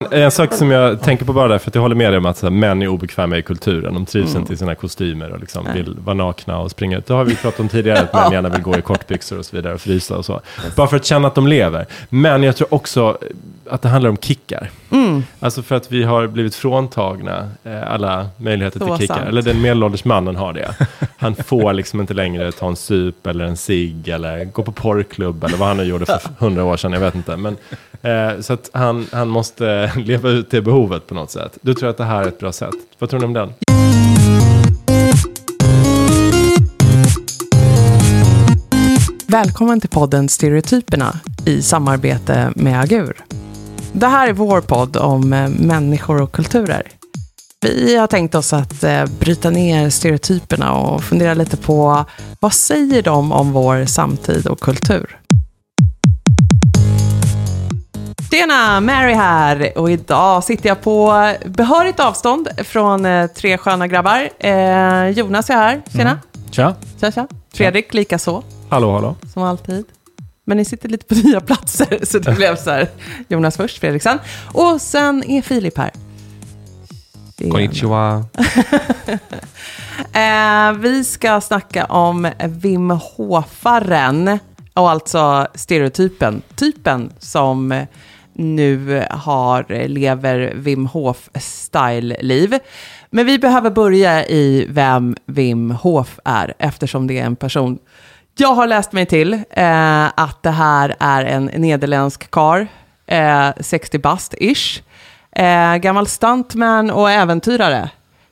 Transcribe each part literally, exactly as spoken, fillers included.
En sak som jag tänker på bara där, för att jag håller med dig om att så här, män är obekväma i kulturen. De trivs mm. inte i sina kostymer och liksom vill vara nakna och springa ut. Det har vi pratat om tidigare, att män gärna vill gå i kortbyxor och så vidare och frysa och så. Bara för att känna att de lever. Men jag tror också att det handlar om kickar. Mm. Alltså för att vi har blivit fråntagna eh, alla möjligheter så till kickar. Sant. Eller den medelålders mannen har det. Han får liksom inte längre ta en sup eller en cigg eller gå på porrklubb eller vad han nu gjorde för hundra år sedan, jag vet inte. Men, eh, så att han, han måste leva ut det behovet på något sätt. Du tror att det här är ett bra sätt. Vad tror ni om den? Välkommen till podden Stereotyperna i samarbete med Agur. Det här är vår podd om människor och kulturer. Vi har tänkt oss att bryta ner stereotyperna och fundera lite på vad säger de om vår samtid och kultur. Tjena, Mary här, och idag sitter jag på behörigt avstånd från eh, tre sköna grabbar. Eh, Jonas är här, tjena. Mm. Tja. Tja, tja. Fredrik, lika så. Hallå, hallå. Som alltid. Men ni sitter lite på nya platser, så det blev så här, Jonas först, Fredrik sen. Och sen är Filip här. Konnichiwa. eh, vi ska snacka om Wim Hofaren, och alltså stereotypen, typen som nu har, lever Wim Hof-style-liv. Men vi behöver börja i vem Wim Hof är, eftersom det är en person jag har läst mig till eh, att det här är en nederländsk karl, eh, sextio bast-ish, eh, gammal stuntman och äventyrare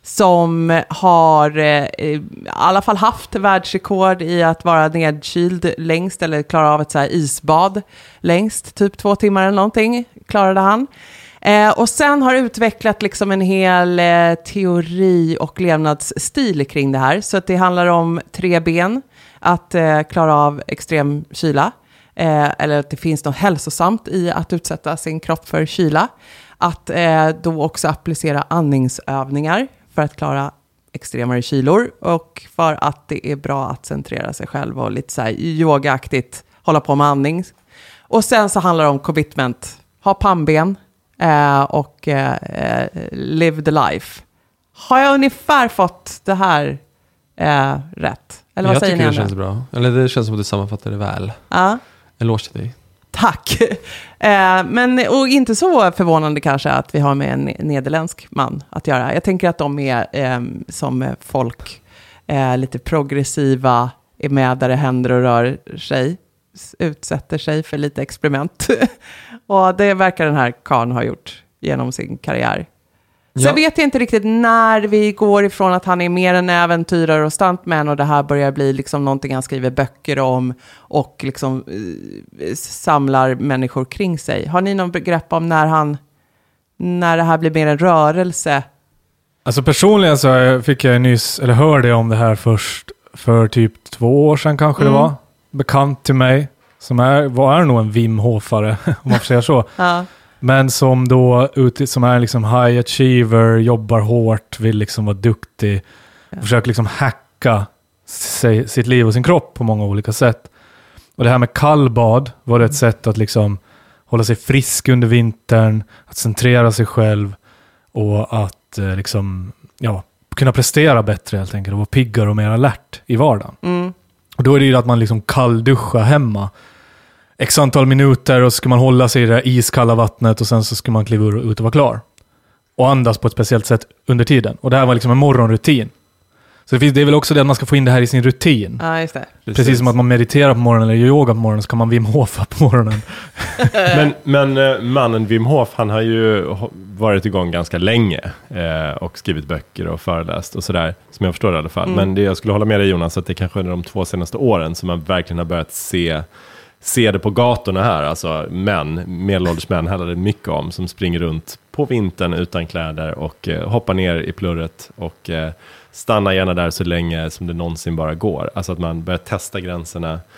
som har eh, i alla fall haft världsrekord i att vara nedkyld längst, eller klara av ett så här isbad längst, typ två timmar eller någonting klarade han. Eh, och sen har utvecklat liksom en hel eh, teori och levnadsstil kring det här. Så att det handlar om tre ben, att eh, klara av extrem kyla, eh, eller att det finns något hälsosamt i att utsätta sin kropp för kyla. Att eh, då också applicera andningsövningar för att klara extremare kylor, och för att det är bra att centrera sig själv och lite så här yogaaktigt hålla på med andning. Och sen så handlar det om commitment, ha pannben eh, och eh, live the life. Har jag ungefär fått det här eh, rätt? Eller vad jag säger tycker ni det känns bra. Eller det känns som att du sammanfattar det väl. Ja. En lås till dig. Tack. Eh, men, och inte så förvånande kanske att vi har med en nederländsk man att göra. Jag tänker att de är eh, som folk, eh, lite progressiva, är med där det händer och rör sig, utsätter sig för lite experiment. Och det verkar den här karln ha gjort genom sin karriär. Så jag vet inte riktigt när vi går ifrån att han är mer en äventyrare och stuntman och det här börjar bli liksom någonting han skriver böcker om och liksom eh, samlar människor kring sig. Har ni någon begrepp om när han, när det här blir mer en rörelse? Alltså personligen så fick jag nyss, eller hörde om det här först för typ två år sedan kanske mm. det var. Bekant till mig, som är, var är nog en Wim Hofare om man får säga så. Ja. Men som då som är liksom high achiever, jobbar hårt, vill liksom vara duktig, ja. Försöker liksom hacka sig, sitt liv och sin kropp på många olika sätt. Och det här med kallbad var det ett sätt att liksom hålla sig frisk under vintern, att centrera sig själv och att eh, liksom ja, kunna prestera bättre helt enkelt och vara piggare och mer alert i vardagen. Mm. Och då är det ju att man liksom kallduschar hemma x antal minuter och så ska man hålla sig i det iskalla vattnet och sen så ska man kliva ut och vara klar. Och andas på ett speciellt sätt under tiden. Och det här var liksom en morgonrutin. Så det, finns, det är väl också det att man ska få in det här i sin rutin. Ja, just det. Precis, Precis som att man mediterar på morgonen eller gör yoga på morgonen, så kan man Wim Hofa på morgonen. men, men mannen Wim Hof, han har ju varit igång ganska länge eh, och skrivit böcker och föreläst och sådär, som jag förstår det i alla fall. Mm. Men det, jag skulle hålla med dig, Jonas, att det kanske är de två senaste åren som man verkligen har börjat se se det på gatorna här, alltså män, medelålders män handlar det mycket om, som springer runt på vintern utan kläder och eh, hoppar ner i plurret och eh, stannar gärna där så länge som det någonsin bara går. Alltså att man börjar testa gränserna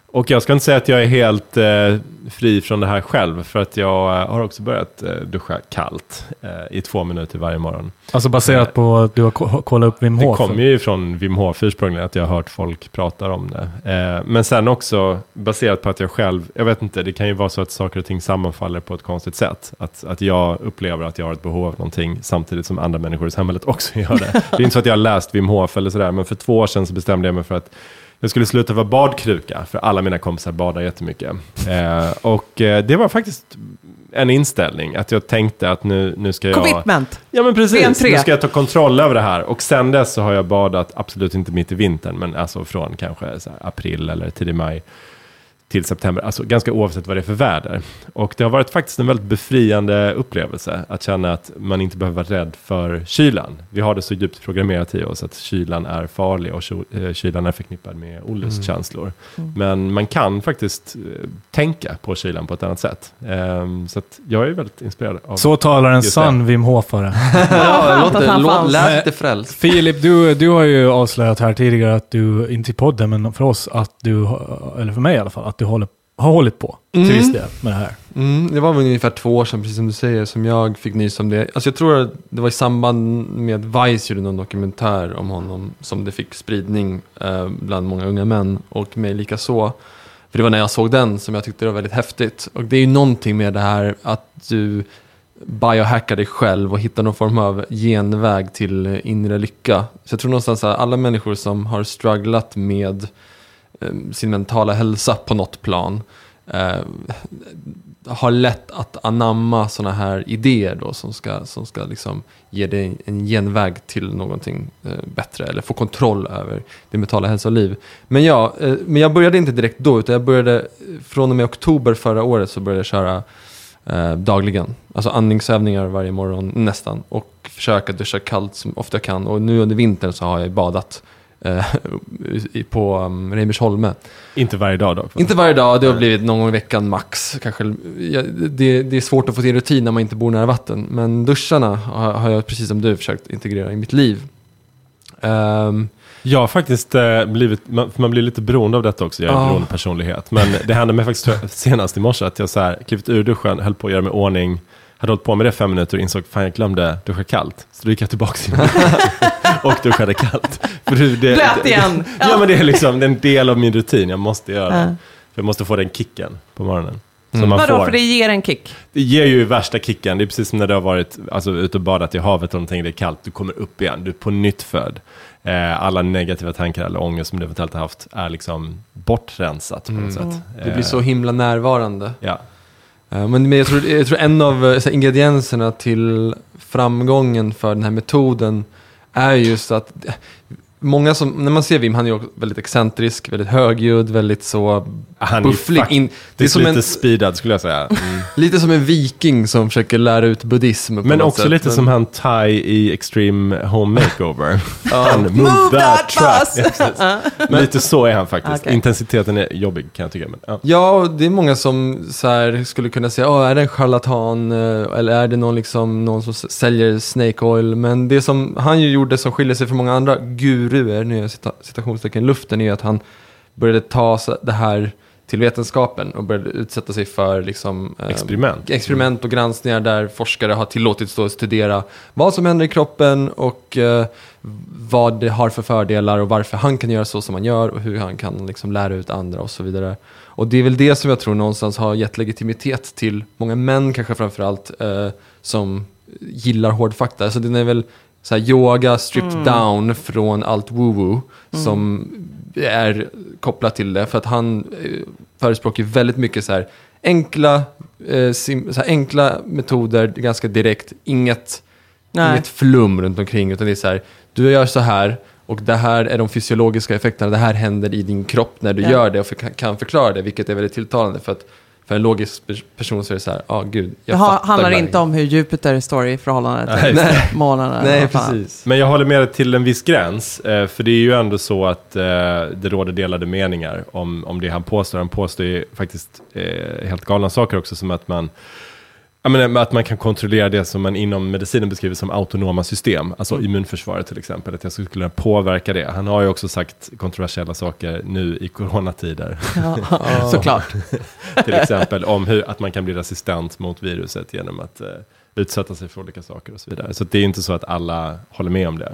Och jag ska inte säga att jag är helt eh, fri från det här själv. För att jag har också börjat eh, duscha kallt eh, i två minuter varje morgon. Alltså baserat på att du har ko- kollat upp Wim Hof? Det kommer ju från Wim Hof ursprungligen, att jag har hört folk prata om det. Eh, men sen också baserat på att jag själv, jag vet inte, det kan ju vara så att saker och ting sammanfaller på ett konstigt sätt. Att, att jag upplever att jag har ett behov av någonting samtidigt som andra människor i samhället också gör det. Det är inte så att jag har läst Wim Hof eller sådär, men för två år sedan så bestämde jag mig för att jag skulle sluta vara badkruka, för alla mina kompisar badar jättemycket. Eh, och eh, det var faktiskt en inställning, att jag tänkte att nu, nu ska jag... Commitment! Ja men precis, nu ska jag ta kontroll över det här. Och sen dess så har jag badat, absolut inte mitt i vintern, men alltså från kanske så här april eller tidig maj till september, alltså ganska oavsett vad det är för väder. Och det har varit faktiskt en väldigt befriande upplevelse att känna att man inte behöver vara rädd för kylan. Vi har det så djupt programmerat i oss att kylan är farlig och kylan är förknippad med olustkänslor. Mm. Men man kan faktiskt tänka på kylan på ett annat sätt. Um, så att jag är väldigt inspirerad av. Så talar en sann Wim Hof-are. Ja, låter, låt, lät lite frälst. Filip, du, du har ju avslöjat här tidigare att du, inte i podden, men för oss, att du, eller för mig i alla fall, att du håller, har hållit på till Mm. viss del med det här. Mm, det var väl ungefär två år sedan, precis som du säger, som jag fick nys om det. Alltså jag tror att det var i samband med Vice gjorde någon dokumentär om honom som det fick spridning eh, bland många unga män, och mig lika så. För det var när jag såg den som jag tyckte det var väldigt häftigt. Och det är ju någonting med det här att du biohackar dig själv och hittar någon form av genväg till inre lycka. Så jag tror någonstans att alla människor som har strugglat med eh, sin mentala hälsa på något plan eh, har lätt att anamma såna här idéer då, som ska, som ska liksom ge dig en genväg till någonting eh, bättre, eller få kontroll över din mentala hälsa och liv. Men ja, eh, men jag började inte direkt då, utan jag började från och med oktober förra året, så började jag köra eh, dagligen. Alltså andningsövningar varje morgon nästan, och försöka duscha kallt som ofta jag kan. Och nu under vintern så har jag badat eh, på um, Reimersholme. Inte varje dag dock? Inte varje dag, det har blivit någon gång i veckan max. Kanske, ja, det, det är svårt att få till rutin när man inte bor nära vatten. Men duscharna har, har jag, precis som du, försökt integrera i mitt liv. Um, Jag har faktiskt eh, blivit, man, man blir lite beroende av detta också, jag är en Ja. beroende personlighet. Men det hände mig faktiskt senast i morse att jag så här, klivit ur duschen, höll på att göra mig ordning, hade hållit på med det fem minuter och insåg, fan jag glömde duscha kallt. Så då gick jag tillbaka till och duschade kallt. För det, det, Blöt igen. Det, ja men det är liksom det är en del av min rutin, jag måste göra det. Ja. För jag måste få den kicken på morgonen. Mm. Som man Vadå, får. för det ger en kick? Det ger ju värsta kicken. Det är precis som när du har varit alltså, ute och badat i havet och någonting, det är kallt. Du kommer upp igen, du är på nytt född. Eh, alla negativa tankar eller ångest som du eventuellt har haft är liksom bortrensat på något Mm. sätt. det blir så himla närvarande. Ja. Uh, men, men jag, tror, jag tror en av uh, så här, ingredienserna till framgången för den här metoden är just att uh, många som, när man ser Wim, han är ju väldigt excentrisk, väldigt högljudd, väldigt så Han bufflig. är, In, det är som som lite en, speedad skulle jag säga. Mm. lite som en viking som försöker lära ut buddhism på Men något också sätt. lite men, som han Thai i Extreme Home Makeover. Han, move, Move that, that truck. bus! Ja, men lite så är han faktiskt. Okay. Intensiteten är jobbig kan jag tycka. Men, ja. Ja, det är många som så här, skulle kunna säga, oh, är det en charlatan eh, eller är det någon, liksom, någon som s- säljer snake oil? Men det som han ju gjorde som skiljer sig från många andra guruer, nu är jag cita- citationstecken i luften, är att han började ta så- det här till vetenskapen och började utsätta sig för liksom, eh, Experiment. experiment och granskningar där forskare har tillåtits då att studera vad som händer i kroppen och eh, vad det har för fördelar och varför han kan göra så som han gör och hur han kan liksom lära ut andra och så vidare. Och det är väl det som jag tror någonstans har gett legitimitet till många män kanske framförallt eh, som gillar hård fakta. Alltså den är väl så här yoga stripped Mm. down från allt woo-woo som är kopplat till det, för att han eh, förespråkar ju väldigt mycket så här enkla, eh, sim, så här enkla metoder, ganska direkt, inget, Nej. inget flum runt omkring, utan det är så här, du gör så här och det här är de fysiologiska effekterna, det här händer i din kropp när du Ja. gör det och för, kan förklara det, vilket är väldigt tilltalande, för att för en logisk pe- person så är det så här, ja ah, gud, jag Det ha, fattar handlar verkligen. inte om hur Jupiter står i förhållande till Nej. månaden. eller Nej, vad fan. precis. Men jag håller med dig till en viss gräns. Eh, för det är ju ändå så att eh, det råder delade meningar om, om det han påstår. Han påstår ju faktiskt eh, helt galna saker också, som att man Ja, men att man kan kontrollera det som man inom medicinen beskriver som autonoma system. Alltså mm. immunförsvaret till exempel. Att jag skulle kunna påverka det. Han har ju också sagt kontroversiella saker nu i coronatider. Ja, såklart. Till exempel om hur, att man kan bli resistent mot viruset genom att uh, utsätta sig för olika saker och så vidare. Så det är inte så att alla håller med om det.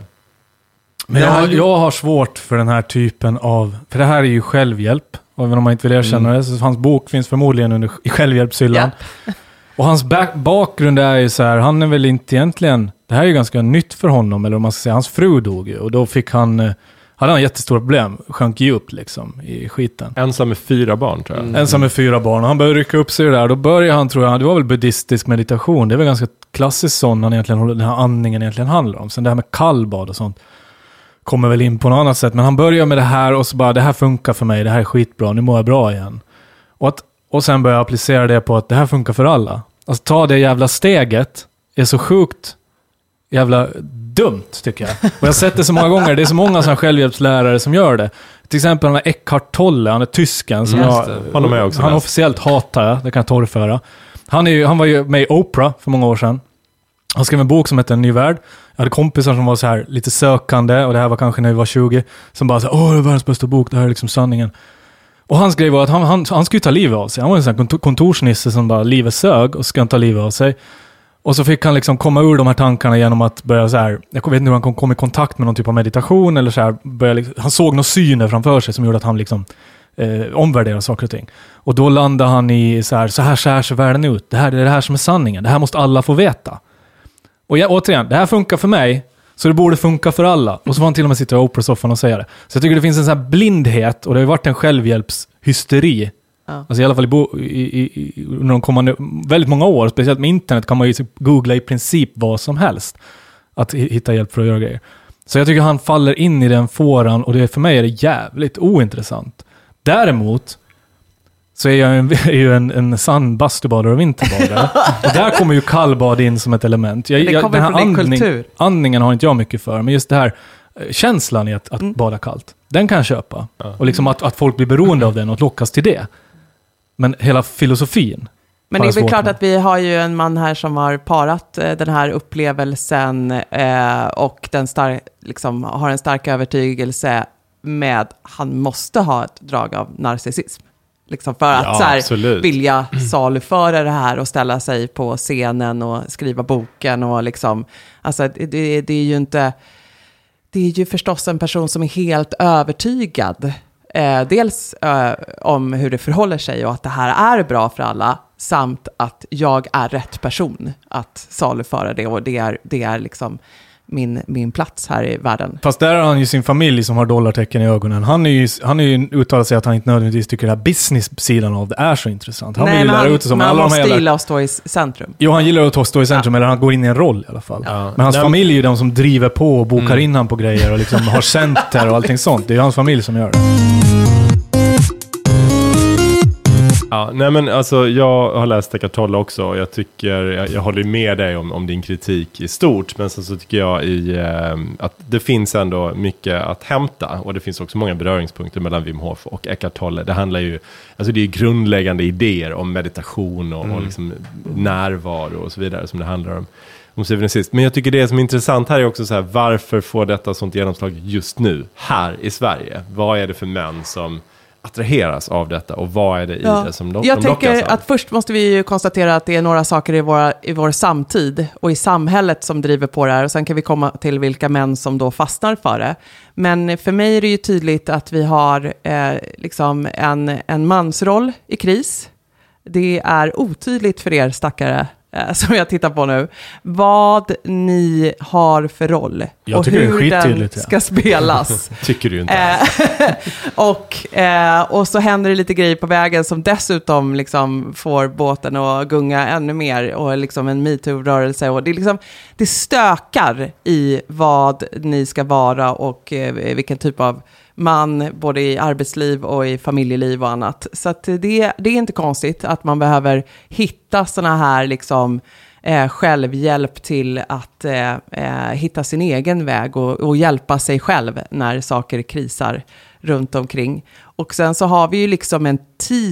Men jag, jag har svårt för den här typen av... För det här är ju självhjälp. Och även om man inte vill erkänna mm. det, så hans bok finns förmodligen under, i självhjälpshyllan. Ja. Och hans back- bakgrund är ju så här, han är väl inte egentligen... Det här är ju ganska nytt för honom, eller om man ska säga, hans fru dog ju. Och då fick han... Hade han jättestora problem, sjönk ju upp liksom i skiten. Ensam med fyra barn tror jag. Mm. Ensam med fyra barn. Och han började rycka upp sig där. Då började han, tror jag, det var väl buddhistisk meditation. Det är väl ganska klassiskt sån han egentligen, den här andningen egentligen handlar om. Sen det här med kallbad och sånt kommer väl in på något annat sätt. Men han börjar med det här och så bara, det här funkar för mig, det här är skitbra, nu mår jag bra igen. Och, att, och sen börjar jag applicera det på att det här funkar för alla. Alltså ta det jävla steget är så sjukt jävla dumt tycker jag. Och jag har sett det så många gånger. Det är så många sådana självhjälpslärare som gör det. Till exempel den här Eckhart Tolle, han är tysken som mm, jag, han, är också han officiellt hatar jag, det kan jag torrföra. Han, är ju, han var ju med i Oprah för många år sedan. Han skrev en bok som heter En ny värld. Jag hade kompisar som var så här lite sökande, och det här var kanske när vi var tjugo, som bara så här, åh, det är världens bästa bok, det här är liksom sanningen. Och hans grej var att han, han, han skulle ta livet av sig. Han var en sån här kontorsnisse som bara livet sög och skulle ta livet av sig. Och så fick han liksom komma ur de här tankarna genom att börja så här, jag vet inte hur han kom, kom i kontakt med någon typ av meditation eller så här, börja liksom, han såg några syner framför sig som gjorde att han liksom eh, omvärderade saker och ting. Och då landade han i så här, så här så här ser världen ut. Det här det är det här som är sanningen. Det här måste alla få veta. Och jag, återigen, det här funkar för mig, så det borde funka för alla. Och så får han till och med sitta i Oprah-soffan och säga det. Så jag tycker det finns en sån här blindhet, och det har ju varit en självhjälpshysteri. Ja. Alltså i alla fall i, bo, i, i, under de kommande väldigt många år, speciellt med internet kan man ju googla i princip vad som helst att hitta hjälp för att göra grejer. Så jag tycker han faller in i den fåran, och det, för mig är det jävligt ointressant. Däremot så är jag en, är ju en, en sann bastubadare och vinterbadare. Och där kommer ju kallbad in som ett element. Jag, det kommer jag, den här från din andning, kultur. Andningen har inte jag mycket för, men just det här känslan i att, att mm. bada kallt, den kan jag köpa. Mm. Och liksom att, att folk blir beroende av den och lockas till det. Men hela filosofin. Men det är väl klart med. Att vi har ju en man här som har parat eh, den här upplevelsen eh, och den star- liksom, har en stark övertygelse med han måste ha ett drag av narcissism. Liksom för att ja, så här, vilja saluföra det här och ställa sig på scenen och skriva boken. Och liksom, alltså, det, det är ju inte... Det är ju förstås en person som är helt övertygad. Eh, dels eh, om hur det förhåller sig och att det här är bra för alla. Samt att jag är rätt person att saluföra det. Och det är, det är liksom min, min plats här i världen. Fast där har han ju sin familj som har dollartecken i ögonen. Han är ju, han är ju uttalat sig att han inte nödvändigtvis tycker den här business-sidan av det är så intressant. Han Nej, vill ju lära han, ut det som men alla han måste de gilla att stå i centrum. Jo, han gillar att stå i centrum, ja. Eller han går in i en roll i alla fall. Ja. Men hans Nej, familj är ju de som driver på och bokar mm. in han på grejer och liksom har center och allting sånt. Det är ju hans familj som gör det. Ja, nej men alltså jag har läst Eckhart Tolle också, och jag tycker, jag, jag håller med dig om, om din kritik i stort, men sen så tycker jag i, eh, att det finns ändå mycket att hämta, och det finns också många beröringspunkter mellan Wim Hof och Eckhart Tolle. Det handlar ju, alltså det är grundläggande idéer om meditation och, mm. och liksom närvaro och så vidare som det handlar om. Om syvende och sist. Men jag tycker det som är intressant här är också så här, varför får detta sånt genomslag just nu, här i Sverige? Vad är det för män som attraheras av detta, och vad är det i ja. det som de, jag de tänker att först måste vi ju konstatera att det är några saker i, våra, i vår samtid och i samhället som driver på det här, och sen kan vi komma till vilka män som då fastnar för det. Men för mig är det ju tydligt att vi har eh, liksom en, en mansroll i kris. Det är otydligt för er stackare eh, som jag tittar på nu, vad ni har för roll jag och hur den ja. ska spelas. Tycker du inte? och, eh, och så händer det lite grejer på vägen som dessutom liksom får båten att gunga ännu mer, och liksom en MeToo-rörelse, och det, är liksom, det stökar i vad ni ska vara och eh, vilken typ av man, både i arbetsliv och i familjeliv och annat. Så att det, det är inte konstigt att man behöver hitta såna här liksom, eh, självhjälp till att eh, eh, hitta sin egen väg och, och hjälpa sig själv när saker krisar runt omkring. Och sen så har vi ju liksom en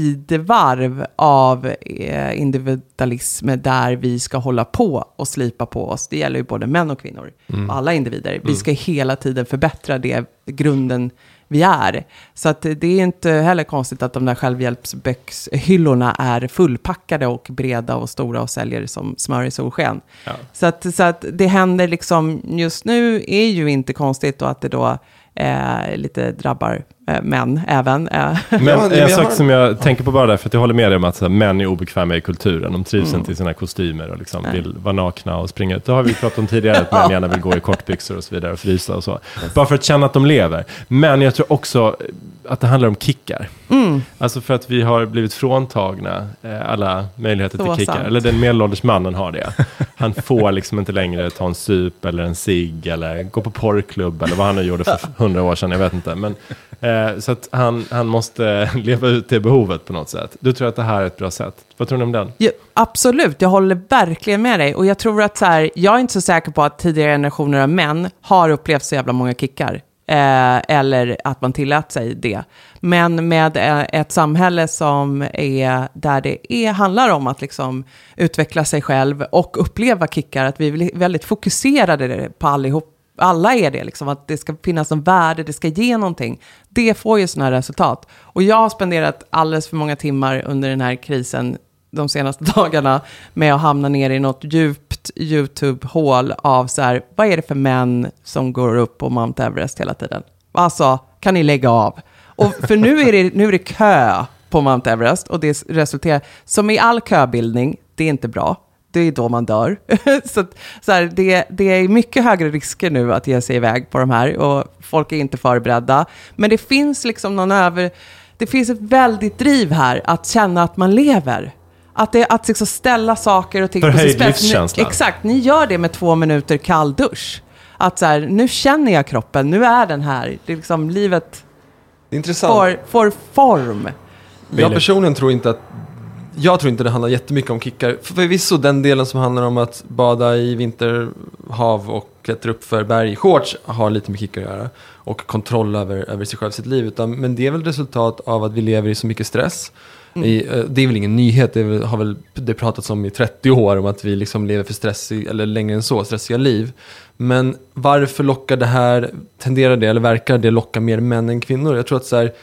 tidevarv av eh, individualism där vi ska hålla på och slipa på oss. Det gäller ju både män och kvinnor, mm. alla individer. Vi ska hela tiden förbättra det grunden vi är. Så att det är inte heller konstigt att de där självhjälpsböckshyllorna är fullpackade och breda och stora och säljer som smör i solsken. Ja. Så, att, så att det händer liksom just nu är ju inte konstigt och att det då eh, lite drabbar eh, män även. Eh. Men ja, en sak som jag tänker på bara därför att jag håller med dig om att så här, män är obekväma i kulturen. De trivs mm. inte i sina kostymer och liksom vill vara nakna och springa ut. Det har vi pratat om tidigare att män gärna vill gå i kortbyxor och så vidare och frysa och så. Bara för att känna att de lever. Men jag tror också att det handlar om kickar. Mm. Alltså för att vi har blivit fråntagna eh, alla möjligheter så till kickar. Sant. Eller den medelålders mannen har det. Han får liksom inte längre ta en sup eller en cigg eller gå på porrklubb eller vad han nu gjorde för hundra år sedan, jag vet inte. Men, eh, så att han, han måste leva ut det behovet på något sätt. Du tror att det här är ett bra sätt. Vad tror du om den? Ja, absolut, jag håller verkligen med dig. Och jag tror att så här, jag är inte så säker på att tidigare generationer av män har upplevt så jävla många kickar. Eh, eller att man tillät sig det. Men med eh, ett samhälle som är där det är, handlar om att liksom utveckla sig själv och uppleva kickar, att vi är väldigt fokuserade på allihop. Alla är det liksom, att det ska finnas en värde, det ska ge någonting. Det får ju sådana här resultat. Och jag har spenderat alldeles för många timmar under den här krisen de senaste dagarna med att hamna ner i något djupt YouTube-hål av så här, vad är det för män som går upp på Mount Everest hela tiden? Alltså, kan ni lägga av? Och för nu är det, nu är det kö på Mount Everest och det resulterar, som i all köbildning, det är inte bra. Det är då man dör. så att, så här, det, det är mycket högre risker nu att ge sig iväg på de här och folk är inte förberedda. Men det finns liksom någon över, det finns ett väldigt driv här att känna att man lever. Att, det, att liksom ställa saker och ting på sin spets. Exakt, ni gör det med två minuter kall dusch. Att så här, nu känner jag kroppen, nu är den här. Det är liksom livet intressant. Får, får form. Jag personligen tror inte att Jag tror inte det handlar jättemycket om kickar. Förvisso den delen som handlar om att bada i vinterhav och klättra upp för berg i shorts har lite med kickar att göra. Och kontroll över, över sig själv, sitt liv. Utan, men det är väl resultat av att vi lever i så mycket stress. Mm. I, det är väl ingen nyhet. Det är väl, har väl det pratats om i trettio år om att vi liksom lever för stressig, eller längre än så, stressiga liv. Men varför lockar det här, tenderar det eller verkar det locka mer män än kvinnor? Jag tror att så här,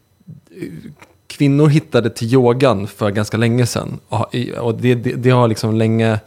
kvinnor hittade till yogan för ganska länge sedan. Och det, det, det har liksom länge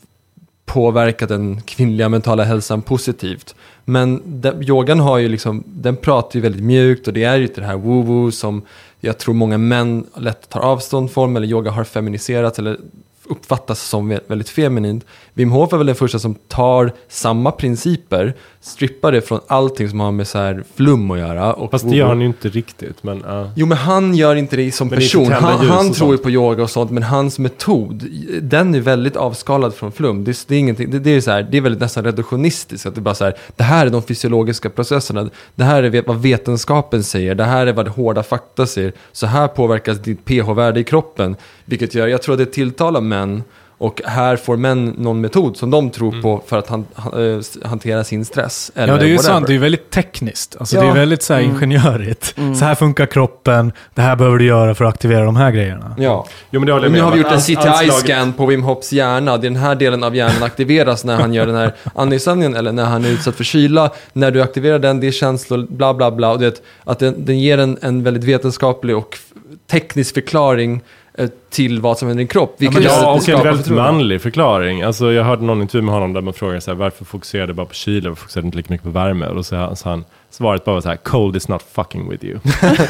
påverkat den kvinnliga mentala hälsan positivt. Men det, yogan har ju liksom, den pratar ju väldigt mjukt och det är ju det här woo-woo som jag tror många män lätt tar avstånd från, eller yoga har feminiserats eller uppfattas som väldigt feminint. Wim Hof är väl den första som tar samma principer, strippar det från allting som har med så här flum att göra. Och fast det gör han ju inte riktigt. Men, uh. Jo, men han gör inte det som men person. Det han han tror ju på yoga och sånt, men hans metod, den är väldigt avskalad från flum. Det, det är ingenting, det, det är så här, det är väldigt nästan reduktionistiskt. Att det bara så här, det här är de fysiologiska processerna. Det här är vad vetenskapen säger. Det här är vad hårda fakta säger. Så här påverkas ditt pH-värde i kroppen. Vilket gör, jag tror att det tilltalar män. Och här får män någon metod som de tror på för att han, han, hantera sin stress. Eller ja, det är ju whatever. sant. Det är väldigt tekniskt. Alltså, ja. Det är väldigt så här, mm. ingenjörigt. Mm. Så här funkar kroppen. Det här behöver du göra för att aktivera de här grejerna. Ja. Jo, men det håller jag nu med har vi gjort en all, C T I-scan på Wim Hofs hjärna. Den här delen av hjärnan aktiveras när han gör den här andningsövningen eller när han är utsatt för kyla. När du aktiverar den, det är känslor, bla bla bla. Och det, att den, den ger en, en väldigt vetenskaplig och teknisk förklaring till vad som händer i en kropp. Ja, ja, och en väldigt manlig förklaring. Alltså, jag hörde någon intervju med honom där man frågade så här, varför fokuserar du bara på kyla, varför fokuserar du inte lika mycket på värme? Och då så han svaret bara så här, cold is not fucking with you.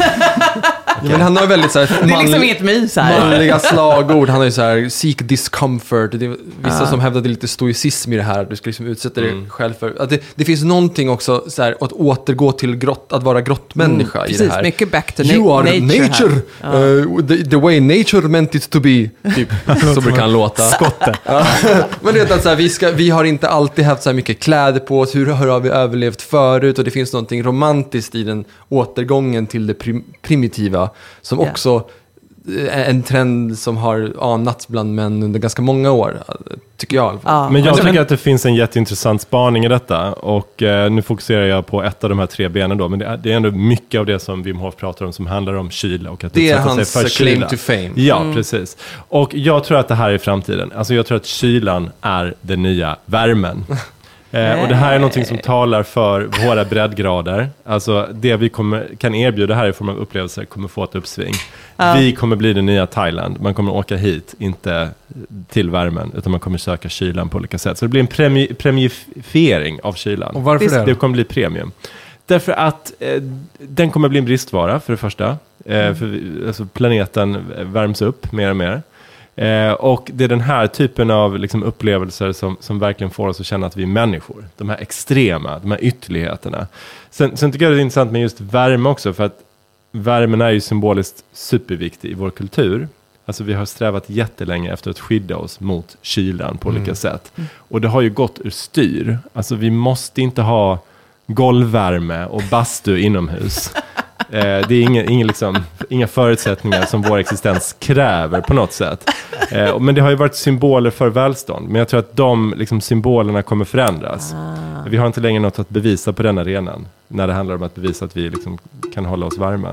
Ja, men han har väldigt så här, det är liksom inget mys här. manliga slagord. Han har ju så här, seek discomfort. Det är vissa ah. som hävdade lite stoicism i det här. Att du ska liksom utsätta dig mm. själv för. Att det, det finns någonting också så här, att återgå till grott, att vara grottmänniska mm, i precis, det här. mycket back to na- you are nature. nature uh, the, the way nature meant it to be. Typ, så brukar han låta. Skotte. Men det är att så här, vi, ska, vi har inte alltid haft så här mycket kläder på oss. Hur, hur har vi överlevt förut? Och det finns någonting romantiskt i den återgången till det prim- primitiva som yeah. också en trend som har anats bland män under ganska många år, tycker jag i alla fall. Ja. Men jag Men- tycker att det finns en jätteintressant spaning i detta. Och eh, nu fokuserar jag på ett av de här tre benen då. Men det är, det är ändå mycket av det som Wim Hof pratar om som handlar om kyla och att Det är utsätta sig hans för claim kyla. to fame. Ja, precis. Och jag tror att det här är framtiden. Alltså jag tror att kylan är den nya värmen. Eh, och det här är någonting som talar för våra breddgrader. Alltså det vi kommer, kan erbjuda här i form av upplevelser kommer få ett uppsving. Ja. Vi kommer bli det nya Thailand. Man kommer åka hit, inte till värmen, utan man kommer söka kylan på olika sätt. Så det blir en premi- premifiering av kylan. Och varför Visst, det Det då? kommer bli premium. Därför att eh, den kommer bli en bristvara för det första. Eh, för vi, alltså planeten värms upp mer och mer. Eh, och det är den här typen av liksom, upplevelser som, som verkligen får oss att känna att vi är människor. De här extrema, de här ytterligheterna. Sen, sen tycker jag det är intressant med just värme också, för att värmen är ju symboliskt superviktig i vår kultur. Alltså vi har strävat jättelänge efter att skydda oss mot kylan på olika sätt. Och det har ju gått ur styr. Alltså vi måste inte ha golvvärme och bastu inomhus. Eh, det är inga, inga, liksom, inga förutsättningar som vår existens kräver på något sätt. Eh, men det har ju varit symboler för välstånd. Men jag tror att de liksom, symbolerna kommer förändras. Ah. Vi har inte längre något att bevisa på den arenan. När det handlar om att bevisa att vi liksom, kan hålla oss varma.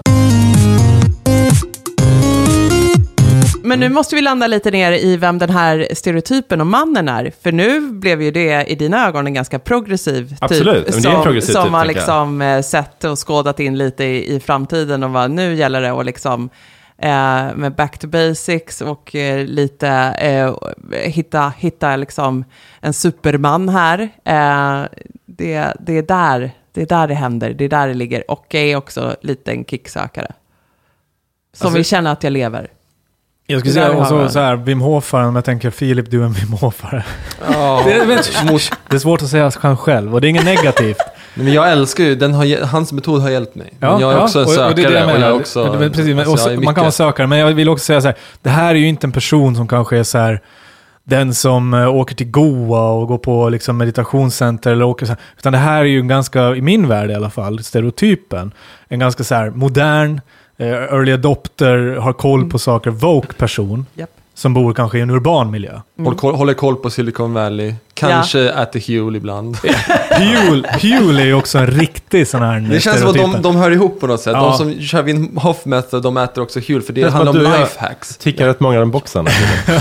Men nu måste vi landa lite ner i vem den här stereotypen om mannen är. För nu blev ju det i dina ögon en ganska progressiv typ. Absolut, men det är en som, progressiv som typ, har tänker jag. liksom eh, sett och skådat in lite i, i framtiden och vad nu gäller det. Och liksom eh, med back to basics och eh, lite eh, hitta, hitta liksom en superman här. Eh, det, det, är där, det är där det händer, det är där det ligger. Och är också lite en kicksökare. Som Alltså- vill känna att jag lever. Jag skulle Det där säga, och har så, jag. så här, Wim Hofaren, om jag tänker Filip, du är en Wim Hofare. Ja. Det, är- det är svårt att säga han själv, och det är inget negativt. Men jag älskar ju, den har, ge- hans metod har hjälpt mig. Men jag är också en och- sökare. och det är det jag och jag menar. är också, Men- men precis, men alltså, också, jag är man kan vara mycket- sökare, men jag vill också säga så här, det här är ju inte en person som kanske är så här, den som uh, åker till Goa och går på liksom, meditationscenter eller åker så här, utan det här är ju en ganska, i min värld i alla fall, stereotypen, en ganska så här modern, uh, early adopter, har koll på saker, woke person, Japp. som bor kanske i en urban miljö. Håller, koll, håller koll på Silicon Valley. Kanske äter Huel ibland. Huel, Huel är ju också en riktig sån här Det känns som att de, stereotypen. de hör ihop på något sätt. Ja. De som kör Wim Hof method, de äter också Huel. För det Det känns som handlar om att du- lifehacks. Tickar rätt många av de boxarna.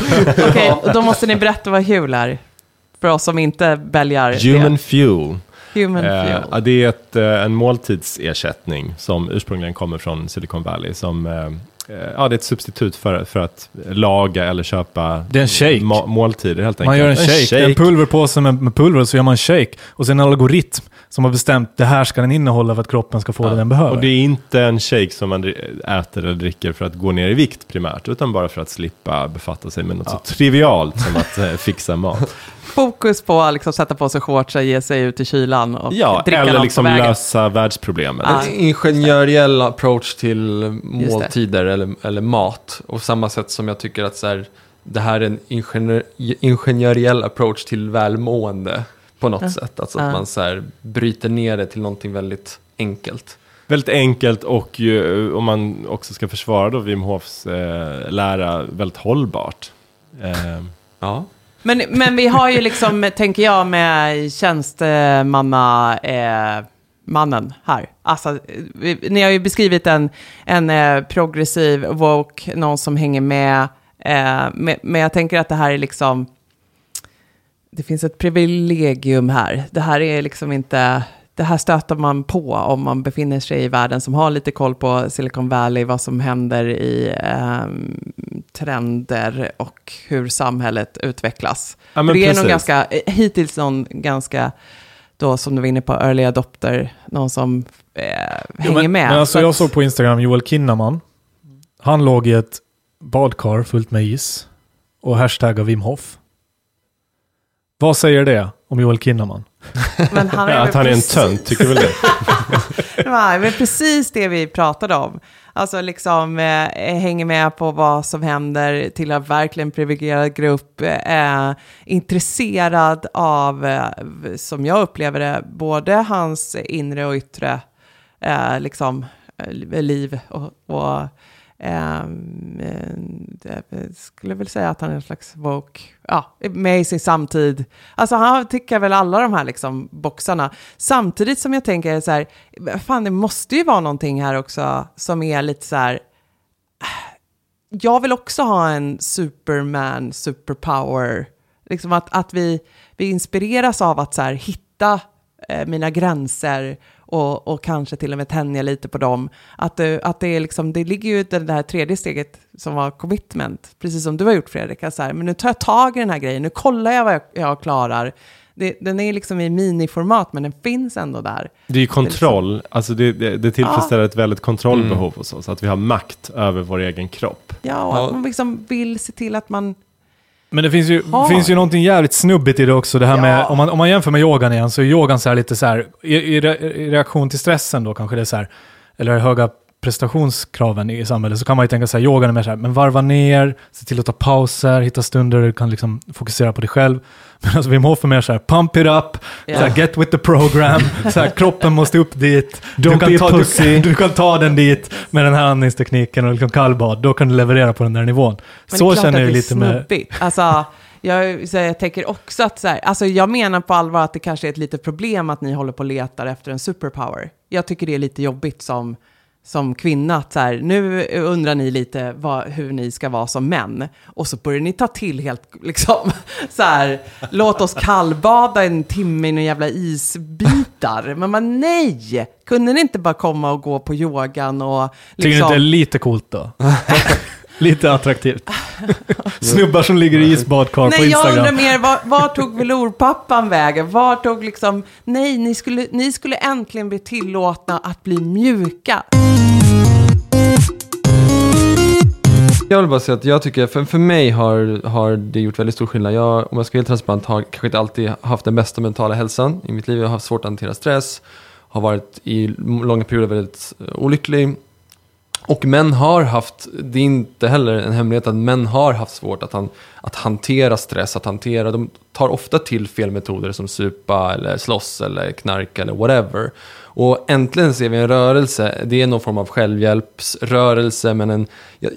Okej, och då måste ni berätta vad Huel är. För oss som inte väljer Human det. fuel. Human Eh, fuel. ja, det är ett, eh, en måltidsersättning som ursprungligen kommer från Silicon Valley. Som, eh, eh, ja, det är ett substitut för, för att laga eller köpa Det är en shake. ma- måltider helt enkelt. Man gör en shake, Det är en pulverpåse med, med pulver, så gör man en shake. Och sen en algoritm som har bestämt det här ska den innehålla för att kroppen ska få Ja, det den behöver. och det är inte en shake som man dri- äter eller dricker för att gå ner i vikt primärt, utan bara för att slippa befatta sig med något så trivialt som att eh, fixa mat. Fokus på att liksom sätta på sig shorts och ge sig ut i kylan och Ja, dricka eller något liksom på vägen. lösa världsproblemen. Ja. En ingenjöriell approach till det. måltider eller, eller mat. Och samma sätt som jag tycker att så här, det här är en ingenjör, ingenjöriell approach till välmående på något sätt. Alltså Ja. att man så här, bryter ner det till någonting väldigt enkelt. Väldigt enkelt och ju, om man också ska försvara då Wim Hofs eh, lära, väldigt hållbart. Eh, Ja. Men, men vi har ju liksom, tänker jag, med tjänstemanna eh, mannen här. Alltså, vi, ni har ju beskrivit en, en eh, progressiv woke, någon som hänger med, eh, med. Men jag tänker att det här är liksom, det finns ett privilegium här. Det här är liksom inte, det här stöter man på om man befinner sig i världen som har lite koll på Silicon Valley, vad som händer i eh, trender och hur samhället utvecklas. Ja, men För det är precis. nog ganska, hittills någon ganska, då som du var inne på, early adopter, någon som eh, hänger men, med. Men alltså, Så jag att- såg på Instagram Joel Kinnaman. Han låg i ett badkar fullt med is och hashtaggar Wim Hof. Vad säger det om Joel Kinnaman? men han är ja, väl att han är en precis- tönt, tycker väl det? Det var väl precis det vi pratade om. Alltså liksom eh, hänger med på vad som händer, till en verkligen privilegierad grupp, eh, intresserad av, eh, som jag upplever det, både hans inre och yttre eh, liksom, eh, liv och, och Um, jag skulle väl säga att han är en slags woke, ja, med i sin samtid. Alltså han tycker väl alla de här liksom boxarna. Samtidigt som jag tänker så här, fan det måste ju vara någonting här också som är lite så här, jag vill också ha en superman, superpower. Liksom att, att vi, vi inspireras av att så här, hitta eh, mina gränser och, och kanske till och med tänja lite på dem. Att, det, att det, är liksom, det ligger ju det här tredje steget som var commitment, precis som du har gjort Fredrik. Så här, men nu tar jag tag i den här grejen, nu kollar jag vad jag, jag klarar. Det, den är liksom i miniformat, men den finns ändå där. Det är ju kontroll, det är liksom, alltså det, det, det tillfredsställer ja. ett väldigt kontrollbehov mm. hos oss, att vi har makt över vår egen kropp. Ja, och ja. att man liksom vill se till att man... Men det finns ju, finns ju någonting jävligt snubbigt i det också. Det här ja. med, om, man, om man jämför med yogan igen, så är yogan så här lite så här, i, i, i reaktion till stressen då kanske det är så här, eller höga prestationskraven i samhället, så kan man ju tänka så här, yogan är mer så här, men varva ner, se till att ta pauser, hitta stunder där du kan liksom fokusera på dig själv. Men alltså vi måste mer så här, pump it up, yeah. så här, get with the program, så här, kroppen måste upp dit, du kan, ta, du, du kan ta den dit med den här andningstekniken och liksom kallbad, då kan du leverera på den där nivån. Men så känner jag lite med... Alltså, jag, så jag tänker också att så här, alltså jag menar på allvar att det kanske är ett litet problem att ni håller på och letar efter en superpower. Jag tycker det är lite jobbigt som som kvinna, att så här, nu undrar ni lite vad, hur ni ska vara som män. Och så börjar ni ta till helt liksom så här, låt oss kallbada en timme i några jävla isbitar. Men man, nej! Kunde ni inte bara komma och gå på yogan och liksom... Tycker du inte det är lite coolt då? Lite attraktivt. Snubbar som ligger i isbadkar på Instagram. Nej, jag undrar mer, var, var tog velourpappan vägen? Var tog liksom... Nej, ni skulle, ni skulle äntligen bli tillåtna att bli mjuka. Jag vill bara säga att jag tycker, för, för mig har, har det gjort väldigt stor skillnad. Jag, om jag ska vara helt transparent, har kanske inte alltid haft den bästa mentala hälsan i mitt liv. Jag har haft svårt att hantera stress, har varit i långa perioder väldigt olycklig. Och män har haft, det är inte heller en hemlighet att män har haft svårt att, han, att hantera stress, att hantera, de tar ofta till fel metoder som supa eller slåss eller knarka eller whatever. Och äntligen ser vi en rörelse, det är någon form av självhjälpsrörelse, men en,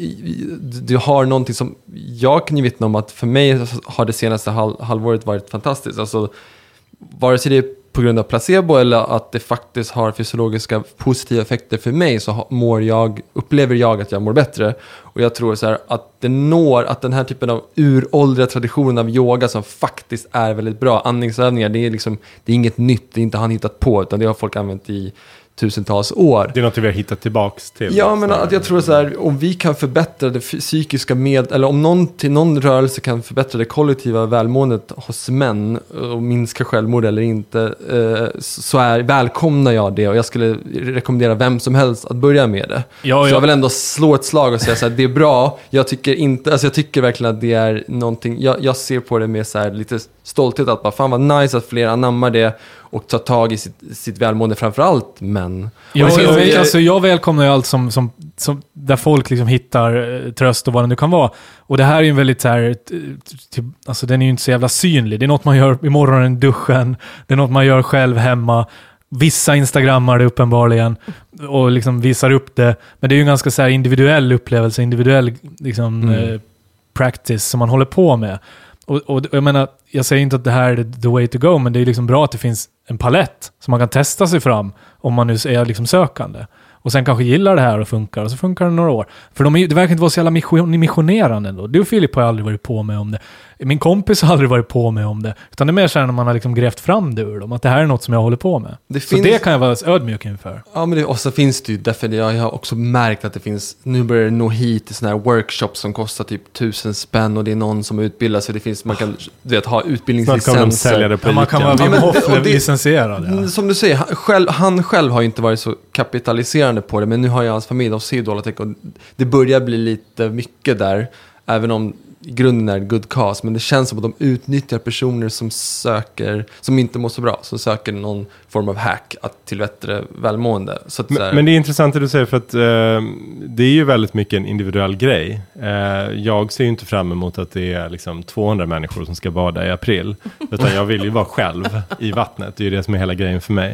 du har någonting som, jag kan ju vittna om att för mig har det senaste halv, halvåret varit fantastiskt. Alltså, vare sig det är på grund av placebo eller att det faktiskt har fysiologiska positiva effekter för mig, så mår jag, upplever jag att jag mår bättre. Och jag tror så här att det når, att den här typen av uråldriga traditionen av yoga som faktiskt är väldigt bra, andningsövningar, det är liksom, det är inget nytt, det är inte han hittat på, utan det har folk använt i tusentals år. Det är något vi har hittat tillbaks till. Ja, men att jag tror så här, om vi kan förbättra det psykiska med, eller om någon, till någon rörelse kan förbättra det kollektiva välmåendet hos män och minska självmord eller inte, eh, så är, välkomnar jag det, och jag skulle rekommendera vem som helst att börja med det. Ja, så jag vill ändå slå ett slag och säga så här, det är bra. Jag tycker inte, alltså jag tycker verkligen att det är någonting, jag, jag ser på det med så här lite stolthet, att bara fan vad nice att fler anammar det och tar tag i sitt, sitt välmående, framförallt män. Ja, jag, jag, alltså jag välkomnar ju allt som, som, som där folk liksom hittar tröst och vad det nu kan vara. Och det här är ju en väldigt så här, typ, alltså den är ju inte så jävla synlig. Det är något man gör i morgonen i duschen, det är något man gör själv hemma. Vissa instagrammar det uppenbarligen och liksom visar upp det. Men det är ju en ganska så här individuell upplevelse, individuell liksom, mm. eh, practice som man håller på med. Och, och jag menar, jag säger inte att det här är the way to go, men det är liksom bra att det finns en palett som man kan testa sig fram om man nu är liksom sökande. Och sen kanske gillar det här och funkar, och så funkar det några år. För de är, det verkar inte vara så jävla mission, missionerande ändå. Du och Filip har aldrig varit på med om det. Min kompis har aldrig varit på med om det. Utan det är mer så här när man har liksom grävt fram det ur dem, att det här är något som jag håller på med. Det så finns, det kan jag vara ödmjuk inför. Ja, men det, och så finns det ju därför jag, jag har också märkt att det finns, nu börjar det nå hit till såna här workshops som kostar typ tusen spänn, och det är någon som utbildar sig, det finns, man kan du vet, ha utbildningslicenser. Ja, man kan vara Wim Hof-licensierad. Som du säger, han själv, han själv har ju inte varit så kapitaliserande på det, men nu har jag hans familj, de ser ju dåligt, och det börjar bli lite mycket där, även om i grunden är good cause, men det känns som att de utnyttjar personer som söker, som inte mår så bra, som söker någon form av hack att till bättre välmående. Så att men, så här... men det är intressant det du säger, för att eh, det är ju väldigt mycket en individuell grej. Eh, jag ser ju inte fram emot att det är liksom tvåhundra människor som ska bada i april, utan jag vill ju vara själv i vattnet, det är ju det som är hela grejen för mig.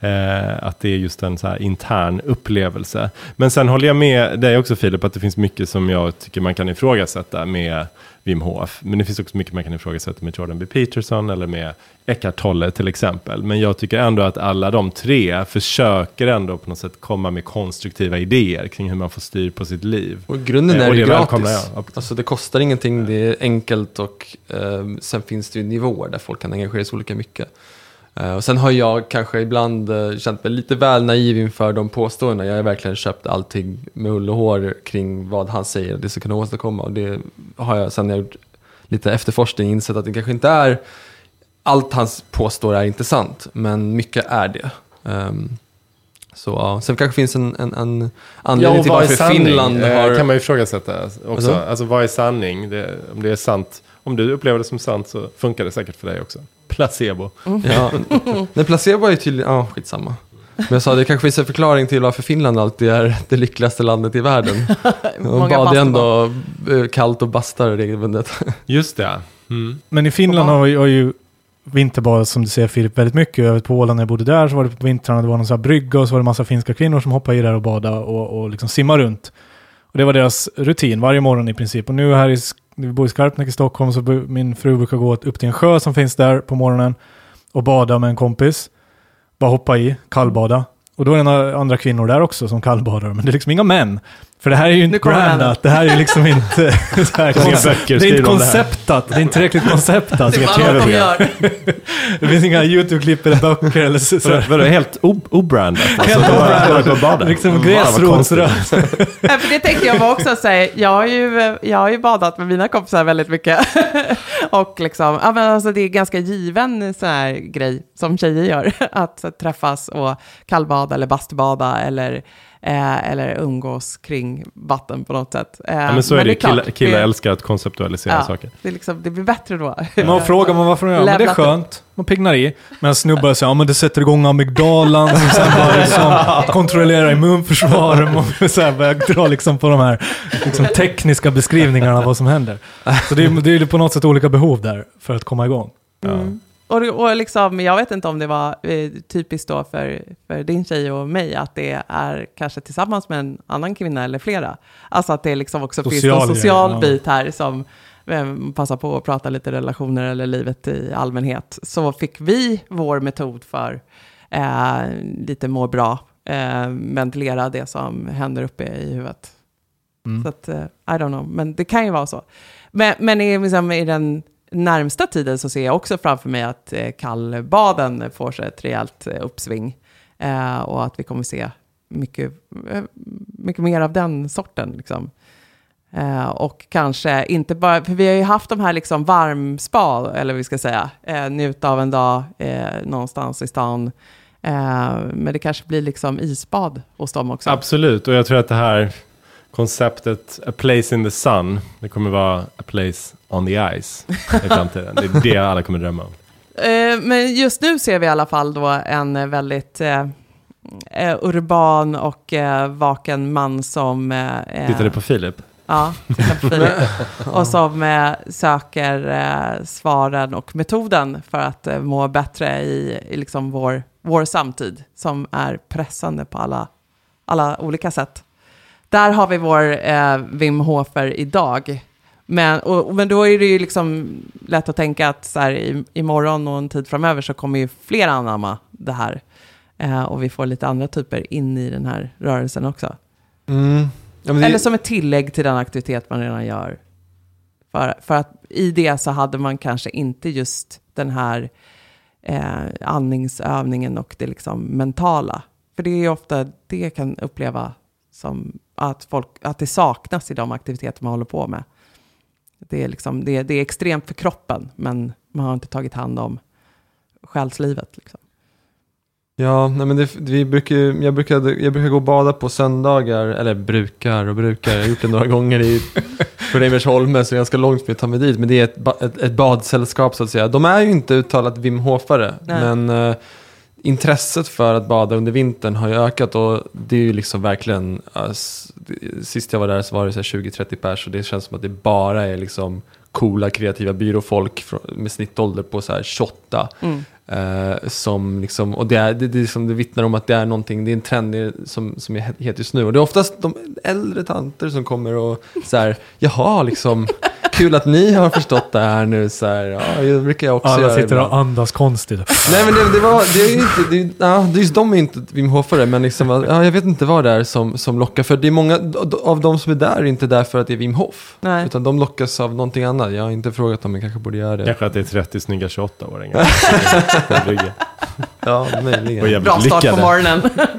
Eh, att det är just en så här intern upplevelse. Men sen håller jag med dig också, Filip, att det finns mycket som jag tycker man kan ifrågasätta med Wim Hof. Men det finns också mycket man kan ifrågasätta med Jordan B. Peterson eller med Eckhart Tolle till exempel. Men jag tycker ändå att alla de tre försöker ändå på något sätt komma med konstruktiva idéer kring hur man får styr på sitt liv. Och grunden Eh, är och ju det välkomnar gratis. jag. Alltså det kostar ingenting, det är enkelt och eh, sen finns det ju nivåer där folk kan engagera sig olika mycket. Uh, och sen har jag kanske ibland uh, känt mig lite väl naiv inför de påståendena. Jag har verkligen köpt allting med hull och hår kring vad han säger det ska kunna åstadkomma. Och det har jag sen jag gjort lite efterforskning insett att det kanske inte är allt han påstår är inte sant, men mycket är det. Um, så ja, sen kanske finns en, en, en anledning Ja, till vad är varför sanning? Finland Eh, har... kan man ju ifrågasätta också. Alltså? Alltså vad är sanning? Det, om det är sant, om du upplever det som sant så funkar det säkert för dig också. Placebo. Ja, men placebo är ju tydligen... Ja, skitsamma. Men jag sa, det kanske finns en förklaring till varför Finland alltid är det lyckligaste landet i världen. De badar ändå eh, kallt och bastar regelbundet. Just det. Mm. Men i Finland har ju, har ju vinterbad, som du säger Filip, väldigt mycket. Jag vet på Åland när jag bodde där så var det på vintrarna, det var någon sån här brygga och så var det en massa finska kvinnor som hoppade i där och badade och, och liksom simma runt. Och det var deras rutin varje morgon i princip. Och nu här i, vi bor i Skarpnäck i Stockholm, så min fru brukar gå upp till en sjö som finns där på morgonen och bada med en kompis. Bara hoppa i, kallbada. Och då är det några andra kvinnor där också som kallbadar. Men det är liksom inga män. För det här är ju inte brandat. Det här är liksom inte... Så här, koncept, det är inte konceptat. Det är inte tillräckligt konceptat. Det är vad de gör. Det finns inga YouTube-klipp eller böcker eller så. så. För det är helt obrandat. Alltså, Helt obrandat. obrandat. Liksom gräsrotsröst. Ja, för det tänkte jag också säga. Jag har ju, jag har ju badat med mina kompisar väldigt mycket. Och liksom, ja, men alltså det är ganska given så här grej som tjejer gör. Att så, träffas och kallbada eller bastubada eller... Eh, eller umgås kring vatten på något sätt. Eh, ja, men så men är det, det killar, klart, killar det, älskar att konceptualisera ja, saker. Det, är liksom, det blir bättre då. Man frågar man varför de gör, men det är skönt. Man pignar i. Men snubbar säger, ja men det sätter igång amygdalan som sen bara liksom kontrollerar immunförsvaret och så här börjar dra liksom på de här liksom tekniska beskrivningarna av vad som händer. Så det är, det är på något sätt olika behov där för att komma igång. Mm. Ja. Och, och liksom, jag vet inte om det var eh, typiskt då för, för din tjej och mig att det är kanske tillsammans med en annan kvinna eller flera. Alltså att det liksom också social, finns en social ja. bit här som eh, passar på att prata lite relationer eller livet i allmänhet. Så fick vi vår metod för eh, lite må bra, eh, ventilera det som händer uppe i huvudet. Mm. Så att, eh, I don't know, men det kan ju vara så. Men, men i, liksom, i den närmsta tiden så ser jag också framför mig att eh, kallbaden får sig ett rejält eh, uppsving. Eh, och att vi kommer se mycket, eh, mycket mer av den sorten. Liksom. Eh, och kanske inte bara, för vi har ju haft de här liksom varmspa, eller vi ska säga, eh, njuta av en dag eh, någonstans i stan. Eh, men det kanske blir liksom isbad hos dem också. Absolut, och jag tror att det här konceptet A place in the sun, det kommer vara A place on the ice i framtiden. Det är det alla kommer drömma om. Eh, men just nu ser vi i alla fall då en väldigt eh, urban och eh, vaken man som... Eh, Tittar du på Filip? Ja, tittar på Filip. Och som eh, söker eh, svaren och metoden för att eh, må bättre i, i liksom vår, vår samtid som är pressande på alla, alla olika sätt. Där har vi vår eh, Wim Hofer idag. Men, och, men då är det ju liksom lätt att tänka att så här, i, imorgon och en tid framöver så kommer ju fler anamma det här. Eh, och vi får lite andra typer in i den här rörelsen också. Mm. Ja, det... Eller som ett tillägg till den aktivitet man redan gör. För, för att i det så hade man kanske inte just den här eh, andningsövningen och det liksom mentala. För det är ju ofta det jag kan uppleva som att, folk, att det saknas i de aktiviteter man håller på med. Det är, liksom, det, det är extremt för kroppen, men man har inte tagit hand om själslivet. Liksom. Ja, nej men det, vi brukar, jag, brukar, jag brukar gå och bada på söndagar, eller brukar och brukar, jag har gjort det några gånger i för Reimersholme, så det är ganska långt för att ta mig dit, men det är ett, ett, ett badsällskap så att säga. De är ju inte uttalat Wim Hofare, men uh, intresset för att bada under vintern har ju ökat och det är ju liksom verkligen, uh, sist jag var där så var det så tjugo till trettio pers och det känns som att det bara är liksom coola, kreativa byråfolk med snittålder på så här tjugoåtta. Mm. Eh, som liksom, och det, är, det, det, är som det vittnar om att det är någonting, det är en trend det är, som, som är het just nu. Och det är oftast de äldre tanter som kommer och så här, jaha, liksom, kul att ni har förstått det här nu. Så här, ja, det brukar jag också Alla göra sitter ibland. och andas konstigt. Nej, men det, det var, det är ju inte, det, ja, det är just de är inte Wim Hofare, men liksom, ja, jag vet inte vad det är som, som lockar. För det är många av de som är där är inte där för att det är Wim Hof. Nej. Utan de lockas av någonting annat. Jag har inte frågat om jag kanske borde göra det. Kanske att det är trettio snygga tjugoåtta-åringar. Ja, möjligen. Och jävligt Bra start lyckade. på morgonen.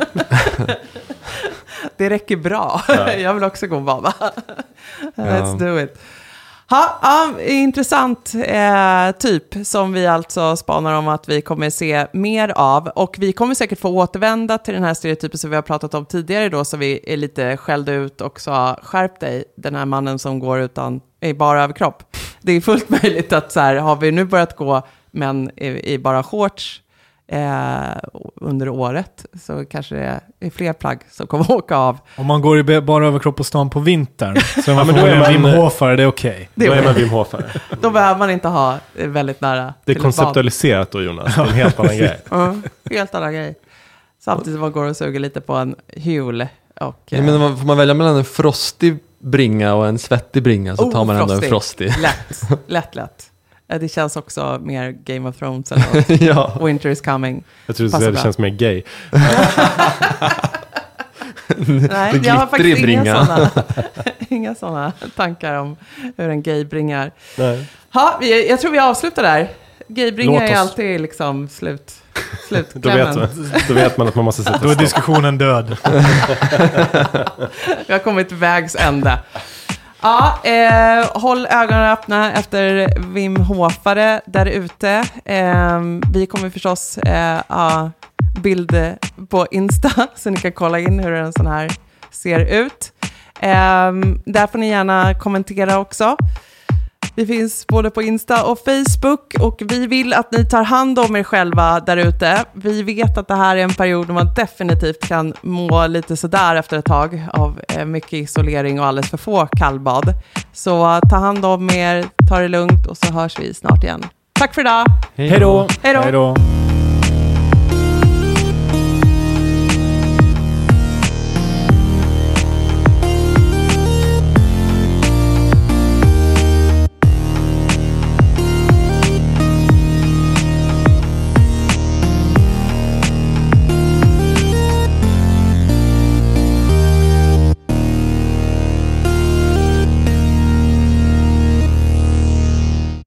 Det räcker bra. Ja. Jag vill också gå och bada. Let's Ja. do it. Ha, ja, intressant eh, typ som vi alltså spanar om att vi kommer se mer av. Och vi kommer säkert få återvända till den här stereotypen som vi har pratat om tidigare då, så vi är lite skällde ut och sa skärp dig, den här mannen som går utan i bara överkropp. Det är fullt möjligt att så här, har vi nu börjat gå män i, i bara shorts eh, under året, så kanske det är fler plagg som kommer åka av. Om man går i be- bara överkropp på stan på vintern, så är man men då är förmodligen man- Wim Hofare, det är okej. Det Då är är man Wim Hofare. Då behöver man inte ha eh, väldigt nära Det är till ett bad. konceptualiserat då, Jonas. Det är en helt annan grej. Ja, helt annan grej. Samtidigt som man går och suger lite på en hjul. Och, Ja, men man- får man välja mellan en frostig bringa och en svettig bringa, så Oh, tar man ändå en frostig. frostig. lätt, lätt, lätt. Eh, Det känns också mer Game of Thrones eller något. Ja. Winter is coming. Jag tror du Passar säger det bra. känns mer gay. Nej, jag har faktiskt glittrig inga bringa. sådana, inga sådana tankar om hur en gay bringar. Nej. Ha, vi, jag tror vi avslutar där. Gaybringar Låt är oss. alltid liksom slut, Då, vet slutklämmen. man, då vet man att man måste sätta Då är stopp. diskussionen död. Vi har kommit till vägs ände. Ja, eh, håll ögonen öppna efter Wim Hofare där ute. Eh, vi kommer förstås eh, ha bild på Insta så ni kan kolla in hur en sån här ser ut. Eh, där får ni gärna kommentera också. Vi finns både på Insta och Facebook och vi vill att ni tar hand om er själva där ute. Vi vet att det här är en period då man definitivt kan må lite sådär efter ett tag av eh, mycket isolering och alldeles för få kallbad. Så uh, ta hand om er, ta det lugnt och så hörs vi snart igen. Tack för idag! Hej då! Hej då! Hej då.